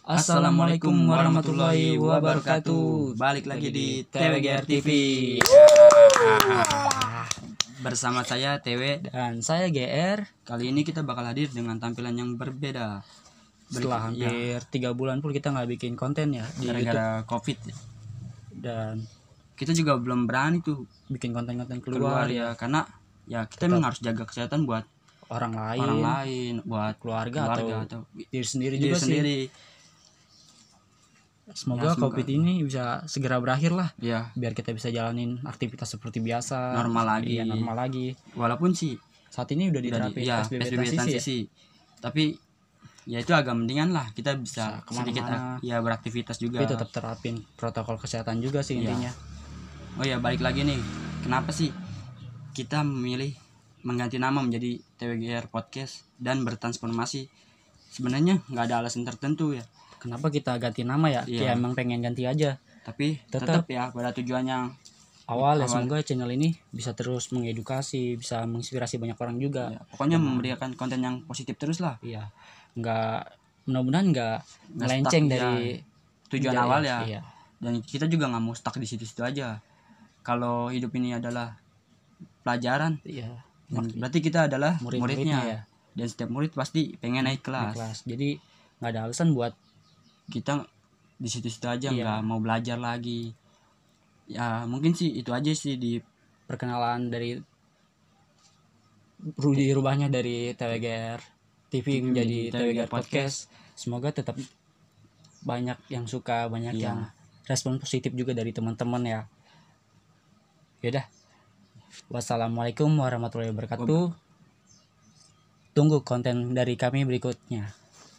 Assalamualaikum warahmatullahi wabarakatuh. Balik lagi di TWGR TV. Bersama saya TW dan saya GR. Kali ini kita bakal hadir dengan tampilan yang berbeda. Setelah hampir 3 bulan pun kita nggak bikin konten ya di gara-gara COVID. Dan kita juga belum berani tuh bikin konten-konten keluar ya, karena ya kita memang harus jaga kesehatan buat orang lain, buat keluarga atau diri sendiri juga sendiri. Semoga COVID ini bisa segera berakhir lah ya, biar kita bisa jalanin aktivitas seperti biasa, normal lagi. Walaupun sih saat ini udah diterapin PSBB transisi ya. Tapi ya itu agak mendingan lah, kita bisa sedikit ya beraktivitas juga. Tapi tetap terapin protokol kesehatan juga sih intinya. Oh ya, balik lagi nih, kenapa sih kita memilih mengganti nama menjadi TWGR Podcast dan bertransformasi? Sebenarnya nggak ada alasan tertentu ya kenapa kita ganti nama ya. Ya emang pengen ganti aja, tapi tetap ya pada tujuan yang awal. Semoga channel ini bisa terus mengedukasi, bisa menginspirasi banyak orang juga ya, pokoknya memberikan konten yang positif terus lah. Iya, mudah-mudahan nggak melenceng dari tujuan awal ya. Iya. Dan kita juga nggak mau stuck di situ-situ aja. Kalau hidup ini adalah pelajaran, berarti kita adalah muridnya ya. Dan setiap murid pasti pengen naik kelas. Jadi nggak ada alasan buat kita di situ-situ aja nggak mau belajar lagi. Ya mungkin sih itu aja sih di perkenalan dari dirubahnya dari TWGR TV menjadi TWGR Podcast. Semoga tetap banyak yang suka, banyak yang respon positif juga dari teman-teman ya. Yaudah, wassalamualaikum warahmatullahi wabarakatuh. Tunggu konten dari kami berikutnya.